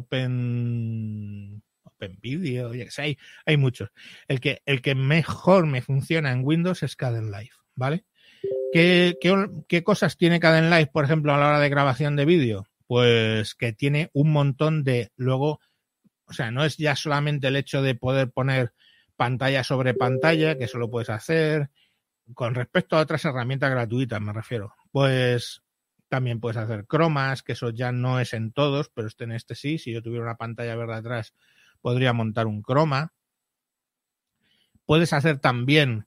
OpenVideo, hay muchos. El que mejor me funciona en Windows es Kdenlive, ¿vale? ¿Qué cosas tiene Kdenlive, por ejemplo, a la hora de grabación de vídeo? Pues que tiene un montón de luego, o sea, no es ya solamente el hecho de poder poner pantalla sobre pantalla, que eso lo puedes hacer. Con respecto a otras herramientas gratuitas, me refiero. Pues también puedes hacer cromas, que eso ya no es en todos, pero en este sí. Si yo tuviera una pantalla verde atrás, podría montar un croma. Puedes hacer también,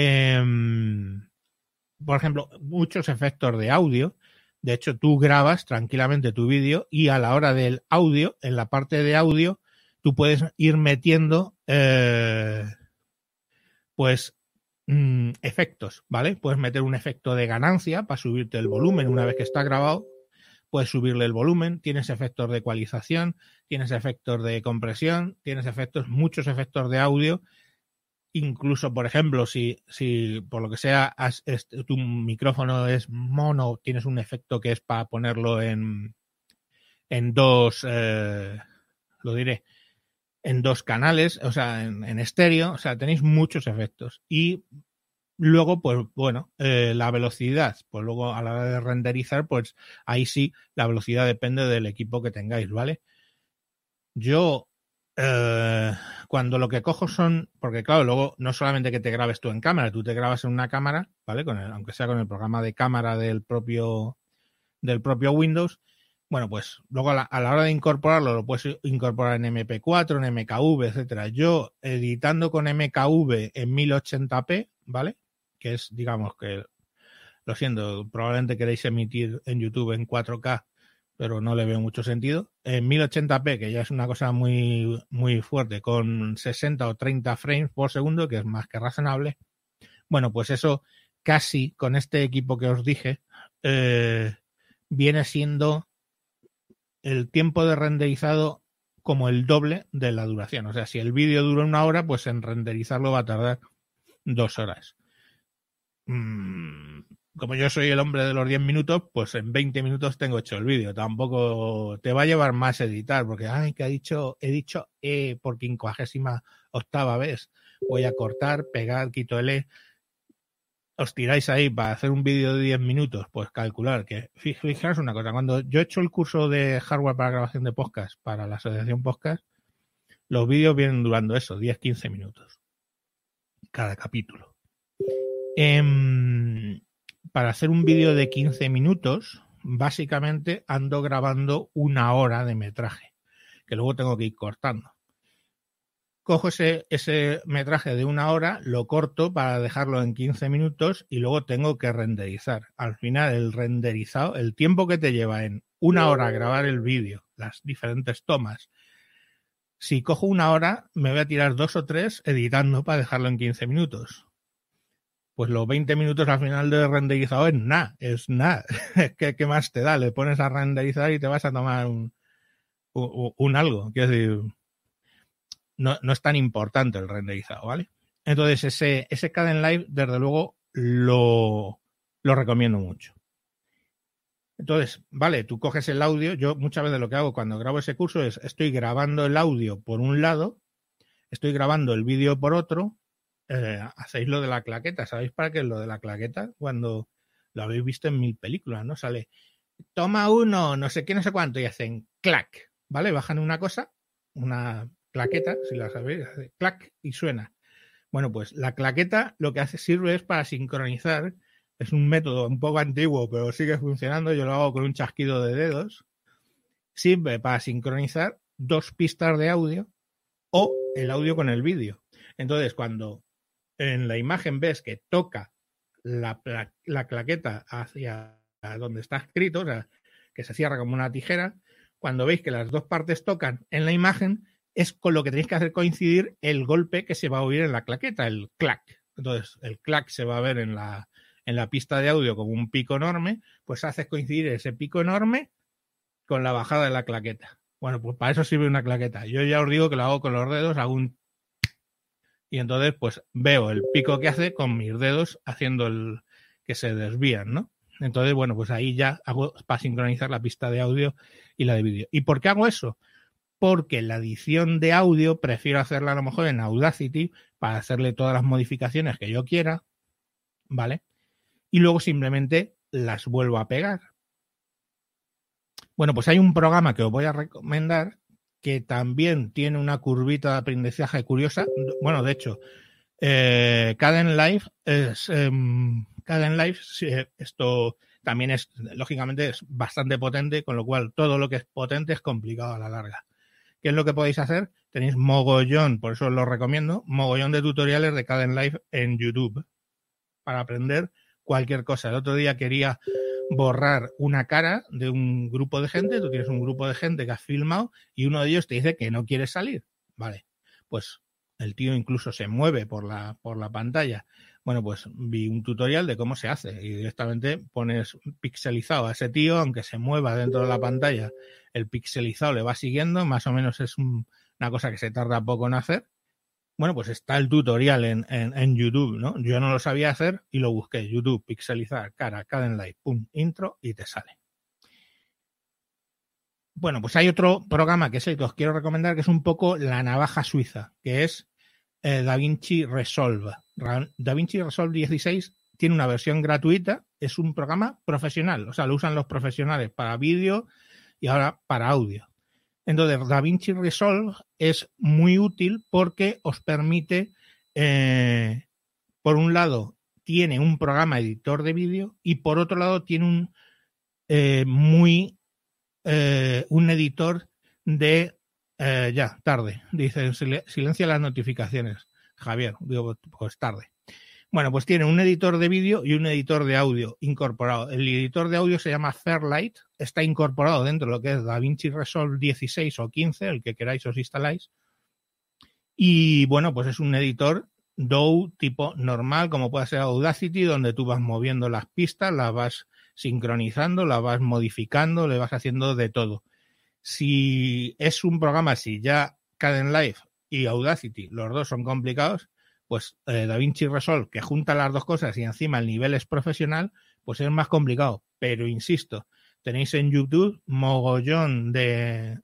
por ejemplo, muchos efectos de audio. De hecho, tú grabas tranquilamente tu vídeo y a la hora del audio, en la parte de audio, tú puedes ir metiendo, pues, efectos, ¿vale? Puedes meter un efecto de ganancia para subirte el volumen una vez que está grabado. Puedes subirle el volumen, tienes efectos de ecualización, tienes efectos de compresión, tienes muchos efectos de audio. Incluso, por ejemplo, si por lo que sea tu micrófono es mono, tienes un efecto que es para ponerlo en dos, lo diré, en dos canales, o sea, en estéreo, o sea, tenéis muchos efectos. Y luego, pues bueno, la velocidad, pues luego a la hora de renderizar, pues ahí sí, la velocidad depende del equipo que tengáis, ¿vale? Yo cuando lo que cojo son, porque claro, luego no solamente que te grabes tú en cámara, tú te grabas en una cámara, ¿vale? Aunque sea con el programa de cámara del propio Windows. Bueno, pues luego a la hora de incorporarlo, lo puedes incorporar en MP4, en MKV, etcétera. Yo editando con MKV en 1080p, ¿vale? Que es, digamos que, lo siento, probablemente queréis emitir en YouTube en 4K, pero no le veo mucho sentido. En 1080p, que ya es una cosa muy, muy fuerte, con 60 o 30 frames por segundo, que es más que razonable. Bueno, pues eso casi con este equipo que os dije, viene siendo el tiempo de renderizado como el doble de la duración. O sea, si el vídeo dura 1 hora, pues en renderizarlo va a tardar 2 horas. Como yo soy el hombre de los 10 minutos, pues en 20 minutos tengo hecho el vídeo. Tampoco te va a llevar más editar, porque, ay, que he dicho por 58ª vez. Voy a cortar, pegar, quito el E. Os tiráis ahí para hacer un vídeo de 10 minutos, pues calcular que, fijaros una cosa, cuando yo he hecho el curso de hardware para grabación de podcast para la asociación podcast, los vídeos vienen durando eso, 10-15 minutos cada capítulo. Para hacer un vídeo de 15 minutos, básicamente ando grabando 1 hora de metraje, que luego tengo que ir cortando. Cojo ese metraje de 1 hora, lo corto para dejarlo en 15 minutos y luego tengo que renderizar. Al final, el renderizado, el tiempo que te lleva en 1 hora grabar el vídeo, las diferentes tomas, si cojo 1 hora, me voy a tirar 2 o 3 editando para dejarlo en 15 minutos. Pues los 20 minutos al final de renderizado es nada. ¿Qué más te da? Le pones a renderizar y te vas a tomar un algo. Quiero decir, no es tan importante el renderizado, ¿vale? Entonces ese Kdenlive, desde luego, lo recomiendo mucho. Entonces, vale, tú coges el audio. Yo muchas veces lo que hago cuando grabo ese curso es estoy grabando el audio por un lado, estoy grabando el vídeo por otro. Hacéis lo de la claqueta. ¿Sabéis para qué es lo de la claqueta? Cuando lo habéis visto en 1000 películas, ¿no? Sale, toma 1, no sé qué, no sé cuánto, y hacen clac, ¿vale? Bajan una cosa, una claqueta, si la sabéis, hace clac y suena. Bueno, pues la claqueta lo que sirve es para sincronizar. Es un método un poco antiguo, pero sigue funcionando. Yo lo hago con un chasquido de dedos. Sirve para sincronizar 2 pistas de audio o el audio con el vídeo. Entonces, cuando en la imagen ves que toca la claqueta hacia donde está escrito, o sea, que se cierra como una tijera, cuando veis que las 2 partes tocan en la imagen, es con lo que tenéis que hacer coincidir el golpe que se va a oír en la claqueta, el clac. Entonces, el clac se va a ver en la pista de audio como un pico enorme, pues haces coincidir ese pico enorme con la bajada de la claqueta. Bueno, pues para eso sirve una claqueta. Yo ya os digo que lo hago con los dedos, hago un... Y entonces, pues veo el pico que hace con mis dedos haciendo el que se desvían, ¿no? Entonces, bueno, pues ahí ya hago para sincronizar la pista de audio y la de vídeo. ¿Y por qué hago eso? Porque la edición de audio prefiero hacerla a lo mejor en Audacity para hacerle todas las modificaciones que yo quiera, ¿vale? Y luego simplemente las vuelvo a pegar. Bueno, pues hay un programa que os voy a recomendar que también tiene una curvita de aprendizaje curiosa. Bueno, de hecho, Kdenlive es... Kdenlive, esto también es, lógicamente, es bastante potente, con lo cual todo lo que es potente es complicado a la larga. ¿Qué es lo que podéis hacer? Tenéis mogollón, por eso os lo recomiendo, mogollón de tutoriales de Kdenlive en YouTube para aprender cualquier cosa. El otro día quería borrar una cara de un grupo de gente, tú tienes un grupo de gente que has filmado y uno de ellos te dice que no quiere salir. Vale, pues el tío incluso se mueve por la pantalla. Bueno, pues vi un tutorial de cómo se hace y directamente pones pixelizado a ese tío, aunque se mueva dentro de la pantalla, el pixelizado le va siguiendo, más o menos es una cosa que se tarda poco en hacer. Bueno, pues está el tutorial en YouTube, ¿no? Yo no lo sabía hacer y lo busqué. YouTube, pixelizar, cara, Kdenlive, pum, intro y te sale. Bueno, pues hay otro programa que es el que os quiero recomendar, que es un poco la navaja suiza, que es DaVinci Resolve. DaVinci Resolve 16 tiene una versión gratuita, es un programa profesional, o sea, lo usan los profesionales para vídeo y ahora para audio. Entonces, DaVinci Resolve es muy útil porque os permite, por un lado, tiene un programa editor de vídeo y por otro lado tiene un editor de ya, tarde. Dice, silencia las notificaciones. Javier, digo, pues tarde. Bueno, pues tiene un editor de vídeo y un editor de audio incorporado. El editor de audio se llama Fairlight, está incorporado dentro de lo que es DaVinci Resolve 16 o 15, el que queráis os instaláis. Y bueno, pues es un editor DAW tipo normal, como puede ser Audacity, donde tú vas moviendo las pistas, las vas sincronizando, las vas modificando, le vas haciendo de todo. Si es un programa, si ya Kdenlive y Audacity, los dos son complicados, pues DaVinci Resolve, que junta las dos cosas y encima el nivel es profesional, pues es más complicado. Pero insisto, tenéis en YouTube mogollón de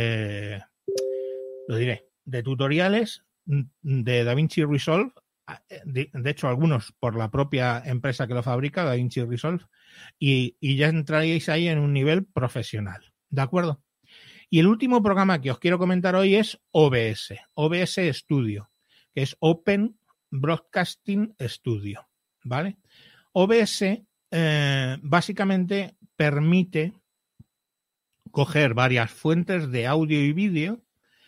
tutoriales de DaVinci Resolve, de hecho algunos por la propia empresa que lo fabrica, DaVinci Resolve, y ya entraríais ahí en un nivel profesional, ¿de acuerdo? Y el último programa que os quiero comentar hoy es OBS, OBS Studio, que es Open Broadcasting Studio, ¿vale? OBS básicamente permite coger varias fuentes de audio y vídeo,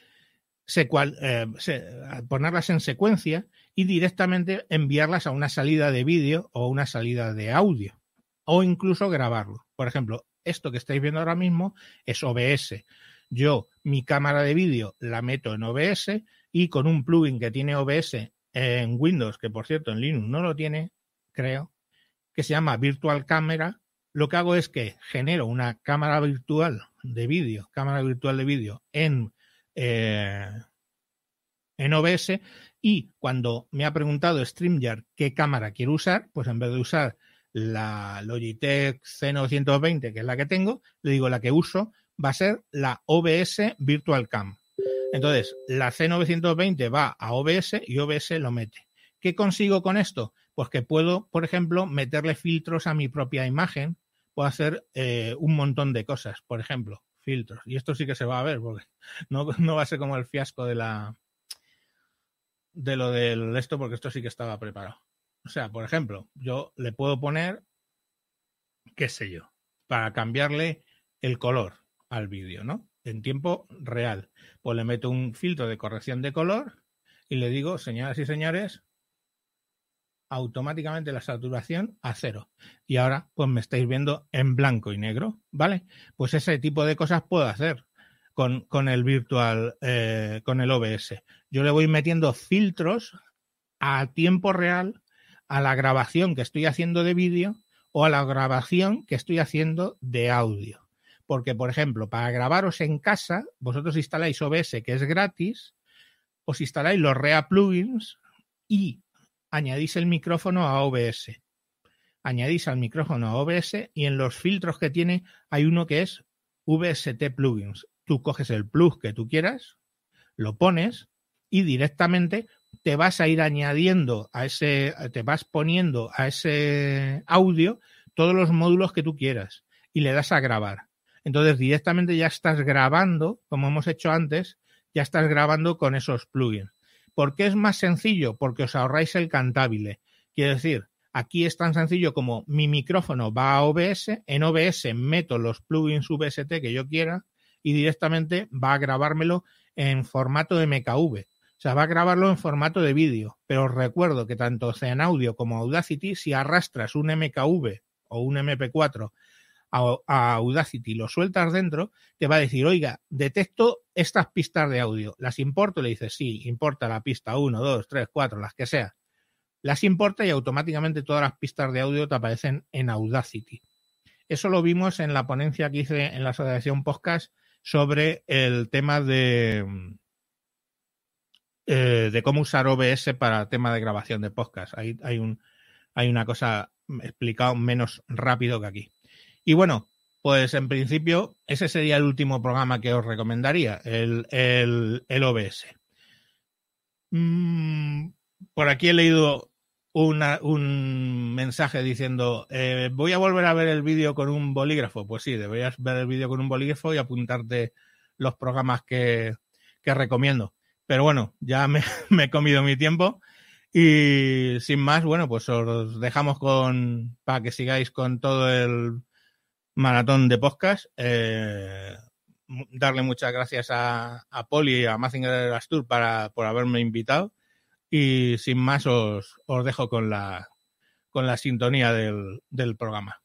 ponerlas en secuencia y directamente enviarlas a una salida de vídeo o una salida de audio, o incluso grabarlo. Por ejemplo, esto que estáis viendo ahora mismo es OBS. Yo mi cámara de vídeo la meto en OBS y con un plugin que tiene OBS en Windows, que por cierto en Linux no lo tiene, creo, que se llama Virtual Camera, lo que hago es que genero una cámara virtual de vídeo, en OBS, y cuando me ha preguntado StreamYard qué cámara quiero usar, pues en vez de usar la Logitech C920, que es la que tengo, le digo la que uso va a ser la OBS Virtual Cam. Entonces, la C920 va a OBS y OBS lo mete. ¿Qué consigo con esto? Pues que puedo, por ejemplo, meterle filtros a mi propia imagen. Puedo hacer un montón de cosas. Por ejemplo, filtros. Y esto sí que se va a ver, porque no va a ser como el fiasco de lo del esto, porque esto sí que estaba preparado. O sea, por ejemplo, yo le puedo poner, qué sé yo, para cambiarle el color al vídeo, ¿no? En tiempo real. Pues le meto un filtro de corrección de color y le digo, señoras y señores, automáticamente la saturación a 0. Y ahora pues me estáis viendo en blanco y negro, ¿vale? Pues ese tipo de cosas puedo hacer con el virtual, con el OBS. Yo le voy metiendo filtros a tiempo real a la grabación que estoy haciendo de vídeo o a la grabación que estoy haciendo de audio. Porque, por ejemplo, para grabaros en casa, vosotros instaláis OBS, que es gratis, os instaláis los REA plugins y añadís el micrófono a OBS. Añadís al micrófono a OBS y en los filtros que tiene hay uno que es VST plugins. Tú coges el plug que tú quieras, lo pones y directamente te vas a ir añadiendo te vas poniendo a ese audio todos los módulos que tú quieras y le das a grabar. Entonces directamente ya estás grabando, como hemos hecho antes, ya estás grabando con esos plugins. ¿Por qué es más sencillo? Porque os ahorráis el cantable. Quiero decir, aquí es tan sencillo como mi micrófono va a OBS, en OBS meto los plugins VST que yo quiera y directamente va a grabármelo en formato MKV. O sea, va a grabarlo en formato de vídeo. Pero os recuerdo que tanto Zenaudio como Audacity, si arrastras un MKV o un MP4 a Audacity y lo sueltas dentro, te va a decir, oiga, detecto estas pistas de audio. ¿Las importo? Le dices, sí, importa la pista 1, 2, 3, 4, las que sea. Las importa y automáticamente todas las pistas de audio te aparecen en Audacity. Eso lo vimos en la ponencia que hice en la Asociación Podcast sobre el tema de cómo usar OBS para tema de grabación de podcast. Ahí hay una cosa explicado menos rápido que aquí. Y bueno, pues en principio ese sería el último programa que os recomendaría, el OBS. Por aquí he leído un mensaje diciendo, voy a volver a ver el vídeo con un bolígrafo. Pues sí, deberías ver el vídeo con un bolígrafo y apuntarte los programas que recomiendo. Pero bueno, ya me he comido mi tiempo y sin más, bueno, pues os dejamos para que sigáis con todo el maratón de podcast. Darle muchas gracias a Poli y a Mazinger Astur por haberme invitado y sin más os dejo con la sintonía del programa.